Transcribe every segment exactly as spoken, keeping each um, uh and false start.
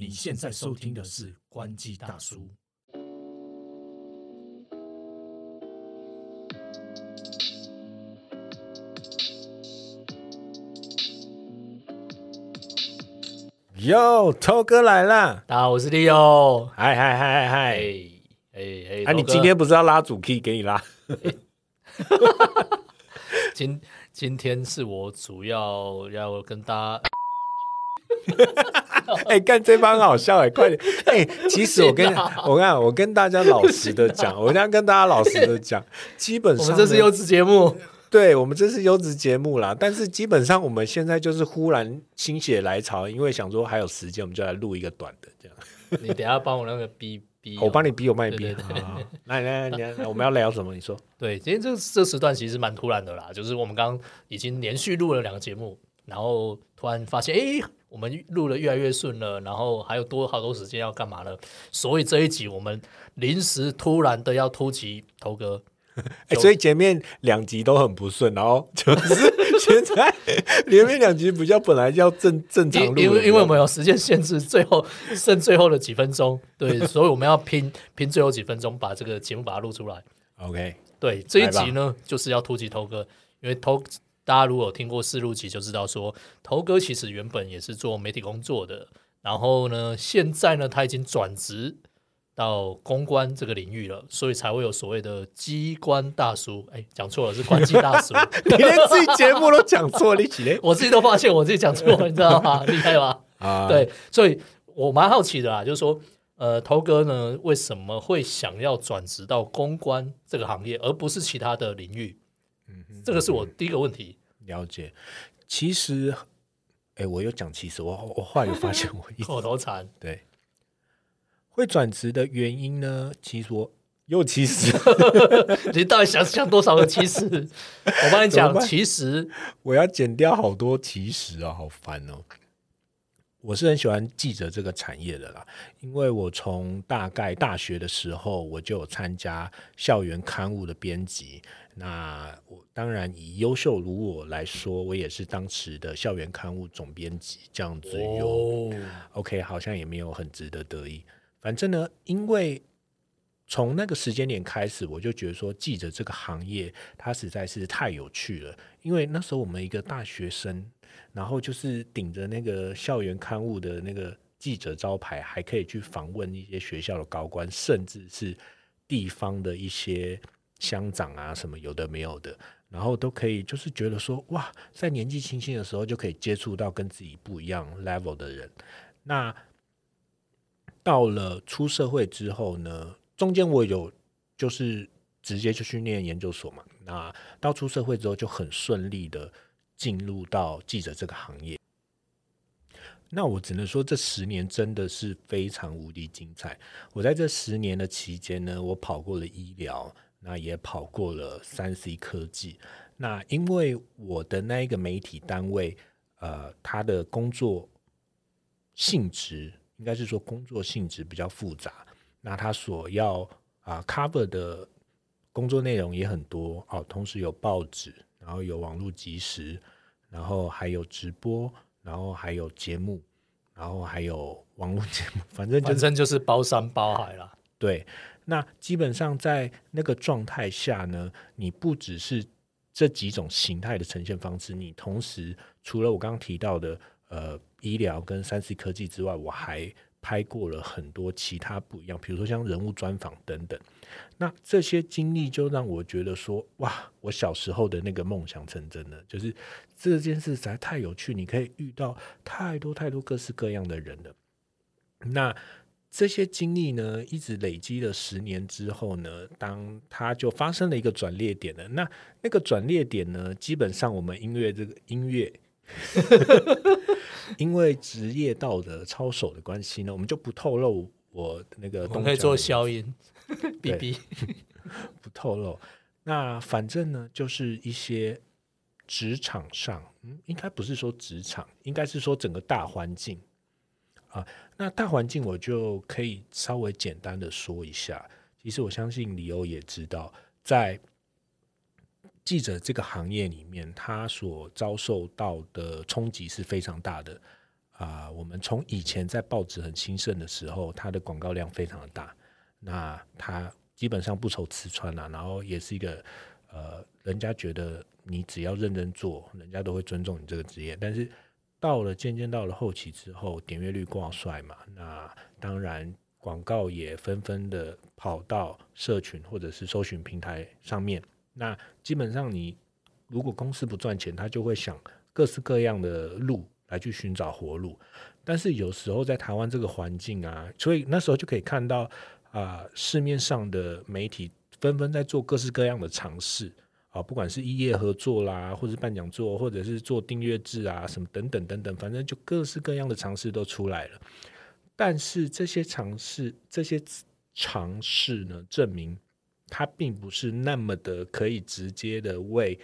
你现在收听的是关机大叔。 哟，头哥来啦！ 大家好，我是 Leo。 嗨嗨嗨嗨嗨！ 哎哎哎， 啊，你今天不是要拉主 key 给你拉？ 今今天是我主要要跟大家， 哎、干这帮很好笑哎、快点！哎、其实我跟我跟我跟大家老实的讲，我要跟大家老实的讲，基本上我们这是优质节目， 对我们这是优质节目啦，但是基本上我们现在就是忽然心血来潮，因为想说还有时间，我们就来录一个短的这样。 你等一下帮我那个逼逼、哦， 我帮你逼，我帮你逼。 对对对好好好来来来来，我们要聊什么？你说。 对，今天这这时段其实蛮突然的啦，就是我们刚刚已经连续录了两个节目，然后突然发现，哎，我们录的越来越顺了，然后还有多好多时间要干嘛呢？所以这一集我们临时突然的要突击头哥。 欸、所以前面两集都很不顺，然后就是现在前面两集比较本来要正正常录， 因为因为我们有时间限制，最后剩最后的几分钟，对，所以我们要拼拼最后几分钟把这个节目把它录出来。 OK， 对，这一集呢就是要突击头哥，因为头大家如果有听过四录集就知道说，头哥其实原本也是做媒体工作的，然后呢，现在呢他已经转职到公关这个领域了，所以才会有所谓的机关大叔。哎，讲错了，是关机大叔。 你连自己节目都讲错，你起来， 我自己都发现我自己讲错了，你知道吗？厉害吧？ 啊， 对，所以我蛮好奇的啦，就是说，呃，头哥呢为什么会想要转职到公关这个行业，而不是其他的领域？嗯，这个是我第一个问题。 了解。其实，哎，我有讲，其实我我后来有发现我一直口头禅， 对。会转职的原因呢？其实我又其实， 你到底想想多少个其实？我帮你讲，其实我要剪掉好多其实啊，好烦哦。我是很喜欢记者这个产业的啦，因为我从大概大学的时候我就有参加校园刊物的编辑。那我当然以优秀如我来说，我也是当时的校园刊物总编辑，这样子有、哦、OK， 好像也没有很值得得意。反正呢，因为从那个时间点开始，我就觉得说记者这个行业它实在是太有趣了。因为那时候我们一个大学生，然后就是顶着那个校园刊物的那个记者招牌，还可以去访问一些学校的高官，甚至是地方的一些乡长啊什么有的没有的，然后都可以就是觉得说哇，在年纪轻轻的时候就可以接触到跟自己不一样 level 的人。那到了出社会之后呢，中间我有就是直接就去念研究所嘛，那到出社会之后就很顺利的进入到记者这个行业。那我只能说这十年真的是非常无敌精彩。我在这十年的期间呢，我跑过了医疗，那也跑过了 三 C 科技。那因为我的那一个媒体单位呃，它的工作性质应该是说工作性质比较复杂，那他所要、呃、cover 的工作内容也很多、哦、同时有报纸，然后有网络即时，然后还有直播，然后还有节目，然后还有网络节目，反正、就是、 反正就是包山包海啦。 对，那基本上在那个状态下呢，你不只是这几种形态的呈现方式，你同时除了我刚刚提到的呃医疗跟 三 C 科技之外，我还拍过了很多其他不一样，比如说像人物专访等等。那这些经历就让我觉得说，哇，我小时候的那个梦想成真了，就是这件事实在太有趣，你可以遇到太多太多各式各样的人了。那这些经历呢，一直累积了十年之后呢，当它就发生了一个转捩点了。那那个转捩点呢，基本上我们音乐这个音乐因为职业道德操守的关系呢，我们就不透露我那个我们可以做消音B B 不透露。那反正呢就是一些职场上、嗯、应该不是说职场，应该是说整个大环境啊。那大环境我就可以稍微简单的说一下。其实我相信李欧也知道，在记者这个行业里面，他所遭受到的冲击是非常大的。 啊、呃，我们从以前在报纸很兴盛的时候，它的广告量非常的大，那它基本上不愁吃穿啊，然后也是一个呃，人家觉得你只要认真做，人家都会尊重你这个职业。但是到了渐渐到了后期之后，点阅率挂帅嘛，那当然广告也纷纷的跑到社群或者是搜寻平台上面。那基本上你如果公司不赚钱，他就会想各式各样的路来去寻找活路。但是有时候在台湾这个环境啊，所以那时候就可以看到啊、呃，市面上的媒体纷纷在做各式各样的尝试啊，不管是异业合作啦，或是办讲座，或者是做订阅制啊，什么等等等等，反正就各式各样的尝试都出来了。但是这些尝试，这些尝试呢，证明它并不是那么的可以直接的为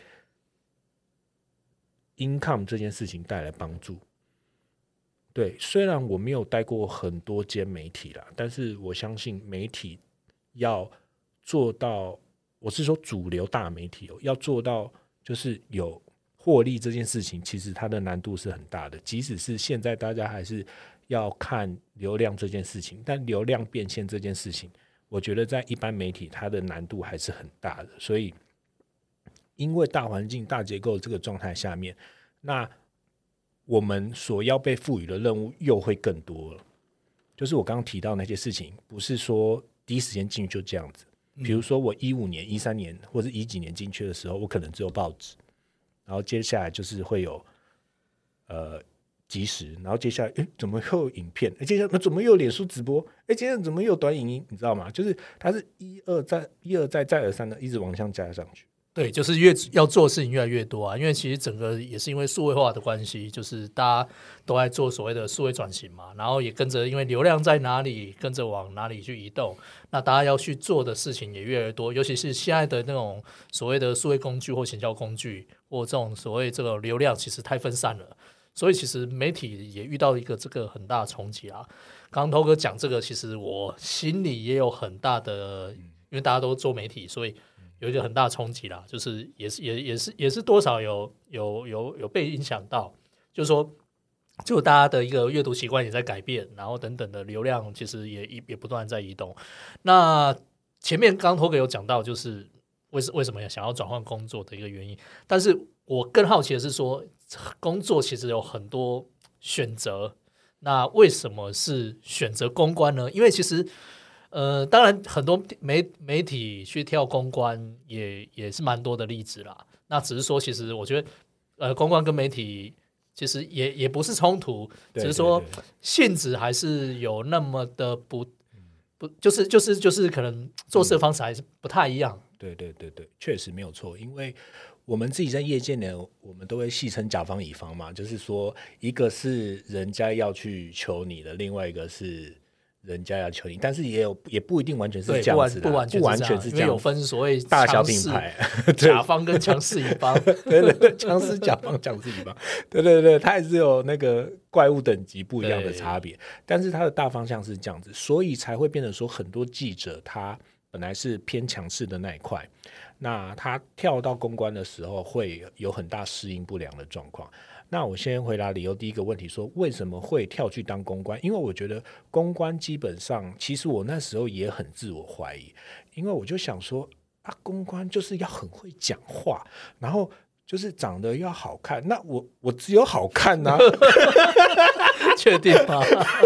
income 这件事情带来帮助。对，虽然我没有带过很多间媒体啦，但是我相信媒体要做到，我是说主流大媒体、哦、要做到就是有获利这件事情，其实它的难度是很大的。即使是现在大家还是要看流量这件事情，但流量变现这件事情，我觉得在一般媒体它的难度还是很大的。所以因为大环境大结构这个状态下面，那我们所要被赋予的任务又会更多了。就是我刚刚提到那些事情，不是说第一时间进去就这样子。比如说我一五年、一三年或者一几年进去的时候，我可能只有报纸，然后接下来就是会有呃即时，然后接下来诶怎么又有影片？诶接下来怎么又有脸书直播？诶接下来怎么又有短影音？你知道吗？就是它是一而再、一而再、再而三的一直往上加上去。 对，就是越要做的事情越来越多啊，因为其实整个也是因为数位化的关系，就是大家都在做所谓的数位转型嘛，然后也跟着因为流量在哪里，跟着往哪里去移动，那大家要去做的事情也越来越多，尤其是现在的那种所谓的数位工具或行销工具，或这种所谓这个流量其实太分散了，所以其实媒体也遇到一个这个很大的冲击啊。刚刚头哥讲这个，其实我心里也有很大的，因为大家都做媒体，所以有一个很大的冲击啦，就是也是也也是也是多少有有有有被影响到，就是说，就大家的一个阅读习惯也在改变，然后等等的流量其实也也不断在移动。那前面刚刚头哥有讲到，就是为什为什么想要转换工作的一个原因，但是我更好奇的是说，工作其实有很多选择，那为什么是选择公关呢？因为其实。呃，当然，很多媒媒体去跳公关也也是蛮多的例子啦。那只是说，其实我觉得，呃，公关跟媒体其实也也不是冲突，只是说性质还是有那么的不不，就是就是就是可能做事的方式还是不太一样。 嗯、对对对对，确实没有错，因为我们自己在业界呢，我们都会戏称甲方乙方嘛，就是说，一个是人家要去求你的，另外一个是。人家要求你，但是也有也不一定完全是这样子的， 不完全是这样，因为有分所谓大小品牌甲方跟强势乙方， 对对对，强势甲方、强势乙方，对对对，它还是有那个怪物等级不一样的差别，但是它的大方向是这样子，所以才会变成说很多记者他本来是偏强势的那一块，那他跳到公关的时候会有很大适应不良的状况。那我先回答理由第一个问题，说为什么会跳去当公关？因为我觉得公关基本上，其实我那时候也很自我怀疑，因为我就想说啊，公关就是要很会讲话，然后就是长得要好看，那我我只有好看啊， 确定吗？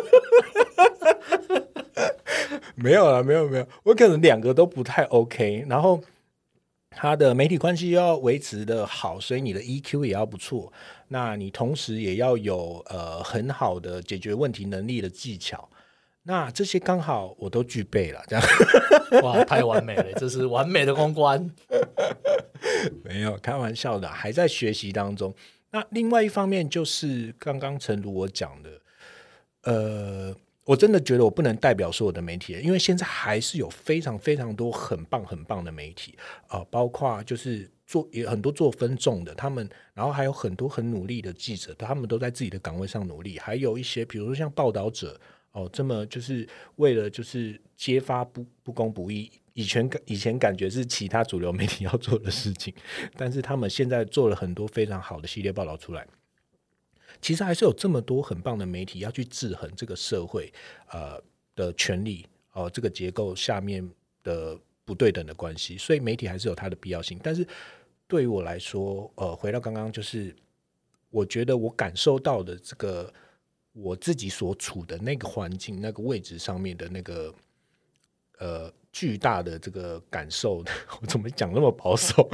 没有啦，没有没有，我可能两个都不太 OK， 然后。他的媒体关系要维持的好，所以你的 E Q 也要不错。那你同时也要有呃很好的解决问题能力的技巧。那这些刚好我都具备了，这样哇，太完美了，这是完美的公关。 没有开玩笑的，还在学习当中。那另外一方面就是刚刚诚如我讲的，呃。我真的觉得我不能代表所有的媒体，因为现在还是有非常非常多很棒很棒的媒体、呃、包括就是做也很多做分众的他们，然后还有很多很努力的记者，他们都在自己的岗位上努力，还有一些比如说像报道者哦，这么就是为了就是揭发不不公不义，以前以前感觉是其他主流媒体要做的事情，但是他们现在做了很多非常好的系列报道出来。 其实还是有这么多很棒的媒体要去制衡这个社会呃的权利哦、呃，这个结构下面的不对等的关系，所以媒体还是有它的必要性。但是对于我来说，呃，回到刚刚，就是我觉得我感受到的这个我自己所处的那个环境、那个位置上面的那个呃巨大的这个感受，我怎么讲那么保守？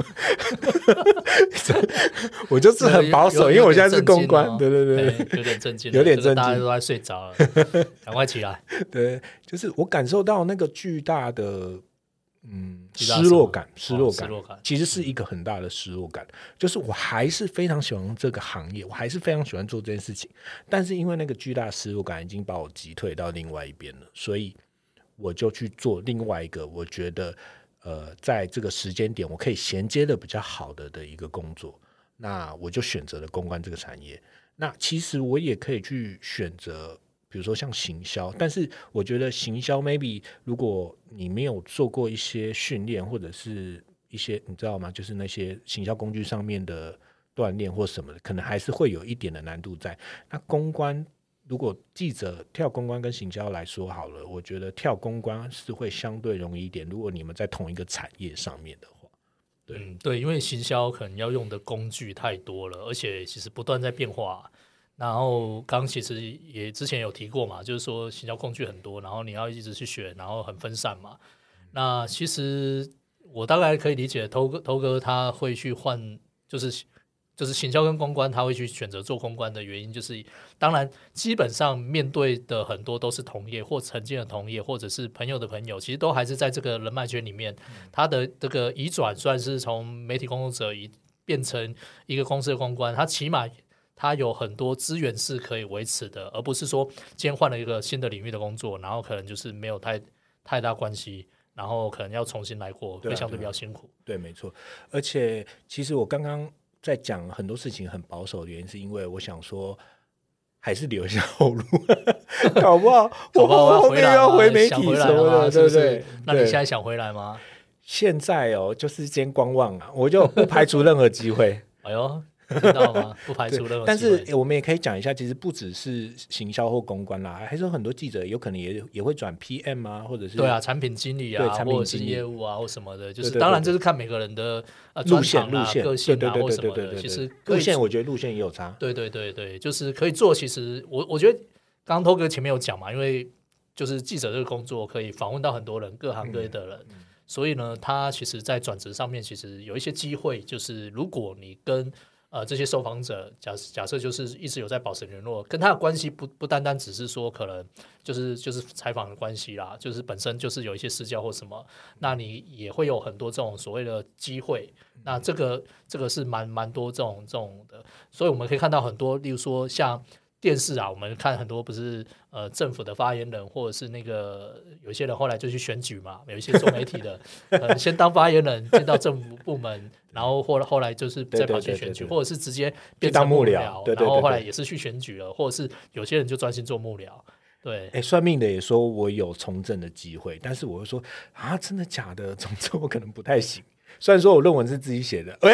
我就是很保守，因为我现在是公关， 哦、 对对对， 有点震惊， 有点震惊， 大家都在睡着了，赶快起来。 对，就是我感受到那个巨大的嗯失落感，失落感， 哦、感其实是一个很大的失落感。就是我还是非常喜欢这个行业，我还是非常喜欢做这件事情，但是因为那个巨大的失落感已经把我击退到另外一边了，所以我就去做另外一个我觉得呃在这个时间点我可以衔接的比较好的的一个工作，那我就选择了公关这个产业。那其实我也可以去选择比如说像行销，但是我觉得行销 maybe 如果你没有做过一些训练，或者是一些你知道吗，就是那些行销工具上面的锻炼或什么的，可能还是会有一点的难度在。那公关如果记者跳公关跟行销来说好了，我觉得跳公关是会相对容易一点，如果你们在同一个产业上面的话。对、 嗯、对，因为行销可能要用的工具太多了，而且其实不断在变化。然后刚其实也之前有提过嘛，就是说行销工具很多，然后你要一直去选，然后很分散嘛。那其实我大概可以理解头哥头哥他会去换，就是就是行销跟公关他会去选择做公关的原因，就是当然基本上面对的很多都是同业或曾经的同业或者是朋友的朋友，其实都还是在这个人脉圈里面，他的这个移转算是从媒体工作者移变成一个公司的公关，他起码他有很多资源是可以维持的，而不是说今天换了一个新的领域的工作，然后可能就是没有太太大关系，然后可能要重新来过，会相对比较辛苦。 对，没错。而且其实我刚刚在讲很多事情很保守的原因，是因为我想说还是留下后路，搞不好搞不好我要回来要回媒体什么的，对不对？ 那你现在想回来吗？ 现在哦，就是先观望啊，我就不排除任何机会。 哎呦。知道吗？不排除任何。 但是我们也可以讲一下，其实不只是行销或公关啦，还是有很多记者有可能也也会转 P M 啊，或者是对啊，产品经理啊，或者是业务啊，或什么的，就是对对对对， 当然这是看每个人的呃路线、 啊、 路线、 个性啊对对对或什么的。其实路线，我觉得路线也有差。 对对对对，就是可以做。其实我我觉得刚刚头哥前面有讲嘛，因为就是记者这个工作可以访问到很多人，各行各业的人。嗯嗯，所以呢，他其实在转职上面其实有一些机会，就是如果你跟呃，这些受访者假假设就是一直有在保持联络，跟他的关系不不单单只是说可能就是就是采访的关系啦，就是本身就是有一些私交或什么，那你也会有很多这种所谓的机会，那这个这个是蛮蛮多这种这种的，所以我们可以看到很多，例如说像电视啊，我们看很多不是呃政府的发言人，或者是那个有一些人后来就去选举嘛，有一些做媒体的，呃，先当发言人进到政府部门，然后后后来就是再跑去选举， 对对对对对， 或者是直接变成幕僚， 幕僚，对对对对， 然后后来也是去选举了，或者是有些人就专心做幕僚。对， 哎，算命的也说我有从政的机会，但是我就说啊，真的假的？从政我可能不太行。虽然说我论文是自己写的，喂。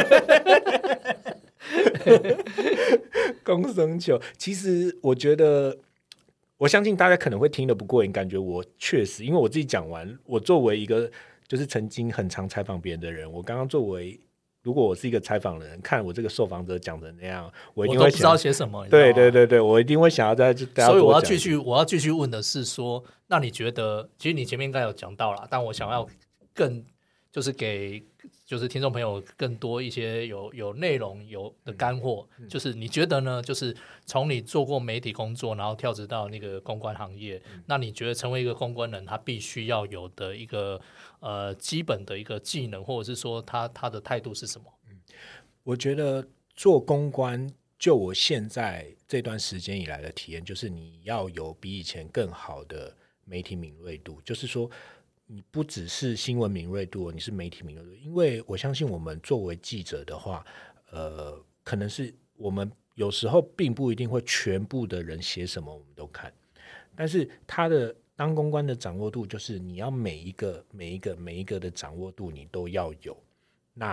公生球，其实我觉得，我相信大家可能会听得不过瘾，感觉我确实，因为我自己讲完，我作为一个就是曾经很常采访别人的人，我刚刚作为如果我是一个采访人，看我这个受访者讲成那样，我一定会我都不知道写什么。 对对对对，我一定会想要在大家， 所以我要继续，我要继续问的是说，那你觉得，其实你前面应该有讲到啦，但我想要更就是给就是听众朋友更多一些有有内容有的干货，嗯、就是你觉得呢？就是从你做过媒体工作，然后跳职到那个公关行业，嗯、那你觉得成为一个公关人，他必须要有的一个呃基本的一个技能，或者是说他他的态度是什么？ 嗯，我觉得做公关，就我现在这段时间以来的体验，就是你要有比以前更好的媒体敏锐度，就是说。你不只是新闻敏锐度，你是媒体敏锐度，因为我相信我们作为记者的话，呃，可能是我们有时候并不一定会全部的人写什么我们都看，但是他的当公关的掌握度，就是你要每一个每一个每一个的掌握度你都要有。那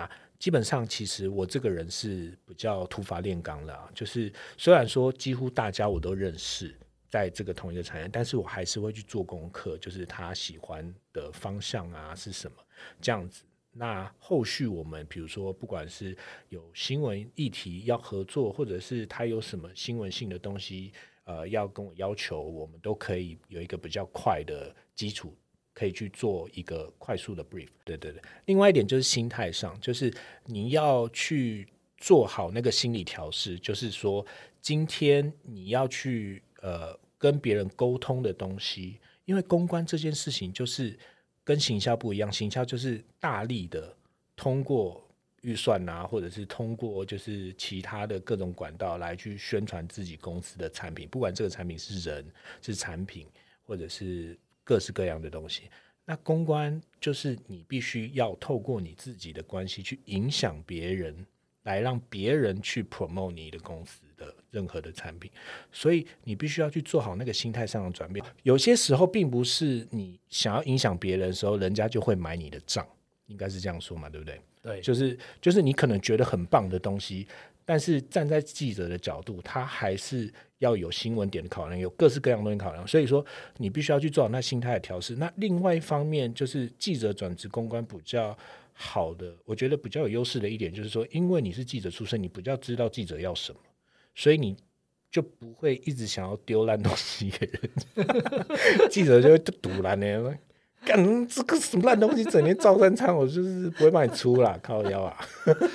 基本上其实我这个人是比较土法炼钢的、啊、就是虽然说几乎大家我都认识在这个同一个产业，但是我还是会去做功课，就是他喜欢的方向啊是什么这样子。那后续我们比如说不管是有新闻议题要合作，或者是他有什么新闻性的东西呃，要跟我要求，我们都可以有一个比较快的基础，可以去做一个快速的 brief。 对对对。另外一点就是心态上，就是你要去做好那个心理调试，就是说今天你要去呃跟别人沟通的东西，因为公关这件事情就是跟行销不一样，行销就是大力的通过预算啊，或者是通过就是其他的各种管道来去宣传自己公司的产品，不管这个产品是人是产品或者是各式各样的东西。那公关就是你必须要透过你自己的关系去影响别人，来让别人去 promote 你的公司的任何的产品，所以你必须要去做好那个心态上的转变。有些时候并不是你想要影响别人的时候人家就会买你的账，应该是这样说嘛，对不对？ 对， 就是就是你可能觉得很棒的东西，但是站在记者的角度，他还是要有新闻点的考量，有各式各样的东西考量，所以说你必须要去做好那心态的调试。那另外一方面就是记者转职公关比较好的，我觉得比较有优势的一点就是说，因为你是记者出身，你比较知道记者要什么，所以你就不会一直想要丢烂东西给人记者就会堵烂呢，干这个什么烂东西，整天照三餐，我就是不会帮你出啦，靠腰啊！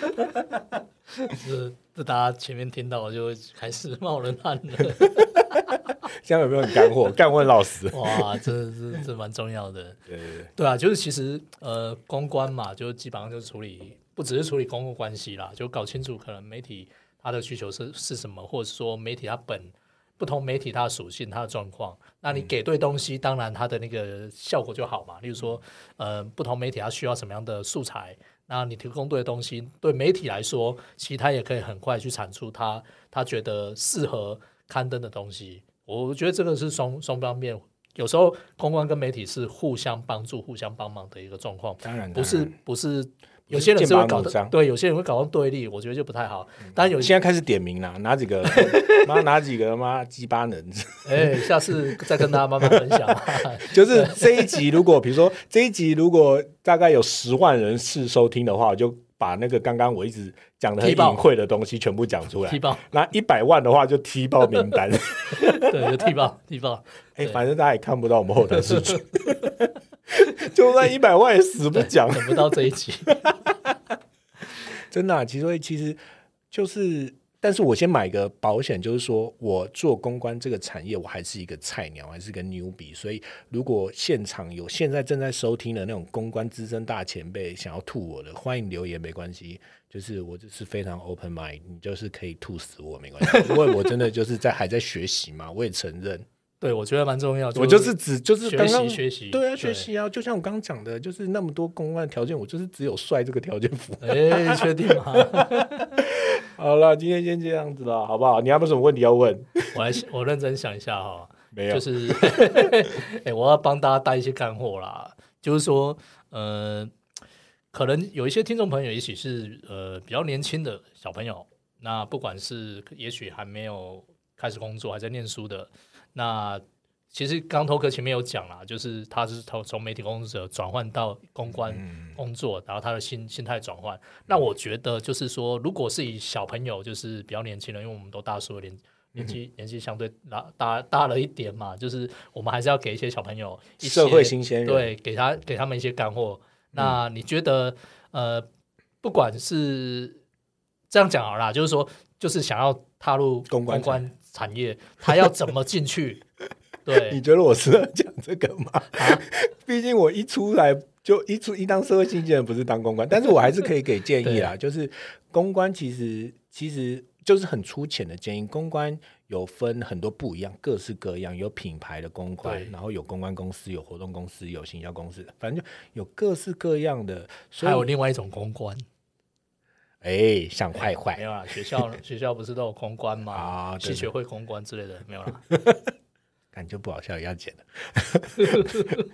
这这大家前面听到，我就会开始冒冷汗了。 这样有没有很干货？干问老师， 哇，这这这蛮重要的。 对对对， 对啊，就是其实呃，公关嘛，就基本上就处理，不只是处理公共关系啦，就搞清楚可能媒体它的需求是是什么，或者说媒体它本。不同媒体它的属性它的状况，那你给对东西、嗯、当然它的那个效果就好嘛。例如说呃，不同媒体它需要什么样的素材，那你提供对的东西，对媒体来说其实它也可以很快去产出它它觉得适合刊登的东西。我觉得这个是双双方面，有时候公关跟媒体是互相帮助互相帮忙的一个状况， 当然不是不是有些人是会搞的，对，有些人会搞成对立，我觉得就不太好。当然有现在开始点名啦，哪几个妈哪几个妈鸡巴能， 哎、欸，下次再跟大家慢慢分享。 就是这一集，如果比如说这一集如果大概有十万人次收听的话，我就把那个刚刚我一直讲的很隐晦的东西全部讲出来。 踢爆， 那一百万的话就踢爆名单。 对，就踢爆踢爆。 哎、欸，反正大家也看不到我们后台数据。就算一百万也死不讲， 等不到这一集。 真的、啊，其实其实就是，但是我先买个保险，就是说我做公关这个产业，我还是一个菜鸟，还是个 newbie， 所以如果现场有现在正在收听的那种公关资深大前辈想要吐我的，欢迎留言，没关系，就是我就是非常 open mind， 你就是可以吐死我没关系，因为我真的就是在还在学习嘛，我也承认。 对，我觉得蛮重要。 我就是只就是刚刚学习学习， 对啊，学习啊，就像我刚刚讲的，就是那么多公关条件，我就是只有帅这个条件符合。 哎，确定吗？ 好了，今天先这样子了，好不好？你还有没有什么问题要问？ 我来，我认真想一下哈。 没有， 就是，哎，我要帮大家带一些干货啦。就是说，呃，可能有一些听众朋友，也许是呃比较年轻的小朋友，那不管是也许还没有开始工作，还在念书的。那其实刚头壳前面有讲啦，就是他是从媒体工作者转换到公关工作，嗯、然后他的心心态转换。那我觉得就是说，如果是以小朋友，就是比较年轻人，因为我们都大叔年年纪、嗯、年纪相对大大大了一点嘛，就是我们还是要给一些小朋友一些社会新鲜人， 对，给他给他们一些干货。那你觉得、嗯、呃，不管是这样讲好啦，就是说，就是想要踏入公关产业，他要怎么进去？对， 你觉得我适合讲这个吗？啊、毕竟我一出来就一出一当社会新鲜人，不是当公关，但是我还是可以给建议啦。就是公关其实其实就是很粗浅的建议，公关有分很多不一样，各式各样，有品牌的公关，然后有公关公司，有活动公司，有行销公司，反正就有各式各样的。 还有另外一种公关。 哎，想坏坏没有啦，学校学校不是都有公关吗？ 啊， 系学会公关之类的没有啦。 感觉不好笑也要剪了。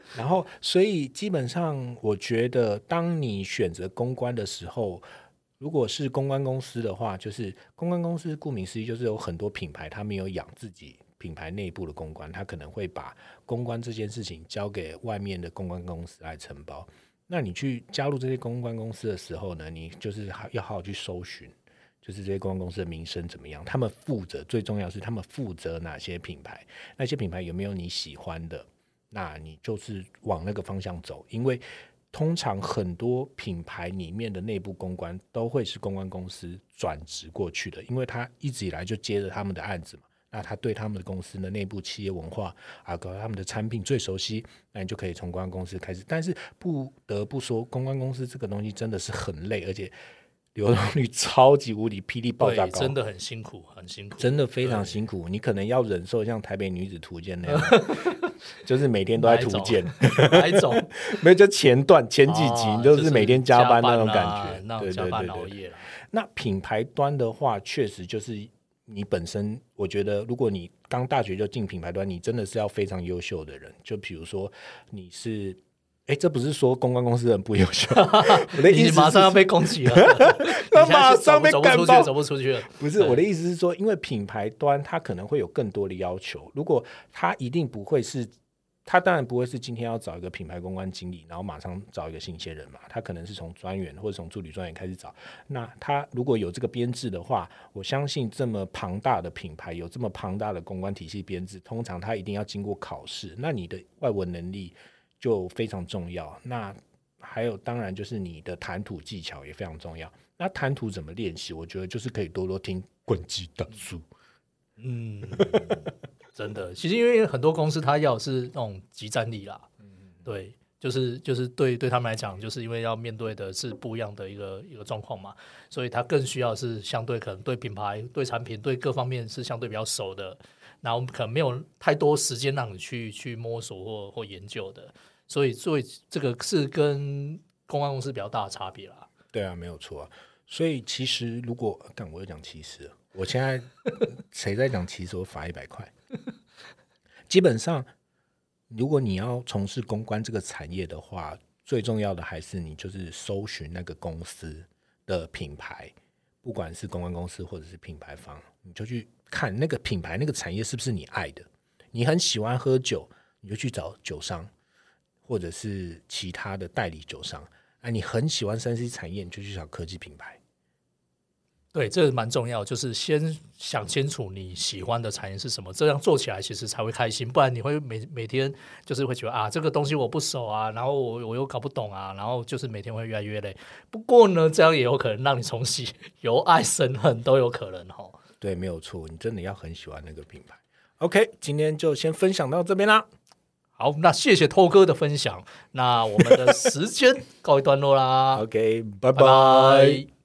然后，所以基本上，我觉得当你选择公关的时候，如果是公关公司的话，就是公关公司顾名思义，就是有很多品牌，他没有养自己品牌内部的公关，他可能会把公关这件事情交给外面的公关公司来承包。那你去加入这些公关公司的时候呢，你就是要好好去搜寻，就是这些公关公司的名声怎么样，他们负责最重要的是他们负责哪些品牌，那些品牌有没有你喜欢的，那你就是往那个方向走。因为通常很多品牌里面的内部公关都会是公关公司转职过去的，因为他一直以来就接着他们的案子嘛，那他对他们的公司的内部企业文化啊，搞他们的产品最熟悉，那你就可以从公关公司开始。但是不得不说，公关公司这个东西真的是很累，而且流动率超级无敌霹雳爆炸高， 真的很辛苦，很辛苦， 真的非常辛苦。你可能要忍受像台北女子图鉴那样，就是每天都在图鉴， 哪一种？ 没有，就前段前几集、哦、就是每天加班那种感觉， 那种加班熬夜。 那品牌端的话，确实就是你本身，我觉得如果你刚大学就进品牌端，你真的是要非常优秀的人。就比如说你是。哎，这不是说公关公司的人不优秀，我的意思是你马上要被攻击了， 他马上被干爆， 走不出去了。 不是，我的意思是说，因为品牌端它可能会有更多的要求，如果他一定不会是，他当然不会是今天要找一个品牌公关经理，然后马上找一个新鲜人嘛，他可能是从专员或者从助理专员开始找。那他如果有这个编制的话，我相信这么庞大的品牌有这么庞大的公关体系编制，通常他一定要经过考试，那你的外文能力就非常重要。那还有当然就是你的谈吐技巧也非常重要。那谈吐怎么练习？我觉得就是可以多多听滚鸡大叔。 嗯，真的，其实因为很多公司它要的是那种即战力啦，嗯、对，就是就是对对他们来讲，就是因为要面对的是不一样的一个一个状况嘛，所以他更需要是相对可能对品牌、对产品、对各方面是相对比较熟的。然后可能没有太多时间让你去去摸索或或研究的，所以所以这个是跟公关公司比较大的差别啦。 对啊，没有错啊。所以其实如果干我又讲歧视了，我现在谁在讲歧视，我罚一百块。基本上，如果你要从事公关这个产业的话，最重要的还是你就是搜寻那个公司的品牌，不管是公关公司或者是品牌方，你就去看那个品牌那个产业是不是你爱的。你很喜欢喝酒，你就去找酒商或者是其他的代理酒商、啊、你很喜欢 三 C 产业，你就去找科技品牌。 对，这个蛮重要，就是先想清楚你喜欢的产业是什么，这样做起来其实才会开心。不然你会 每, 每天就是会觉得啊，这个东西我不熟啊，然后 我, 我又搞不懂啊，然后就是每天会越来越累。不过呢，这样也有可能让你从喜由爱生恨都有可能、哦、 对，没有错，你真的要很喜欢那个品牌。 OK， 今天就先分享到这边啦。 好，那谢谢偷哥的分享，那我们的时间告一段落啦。 OK， 拜拜。 拜拜。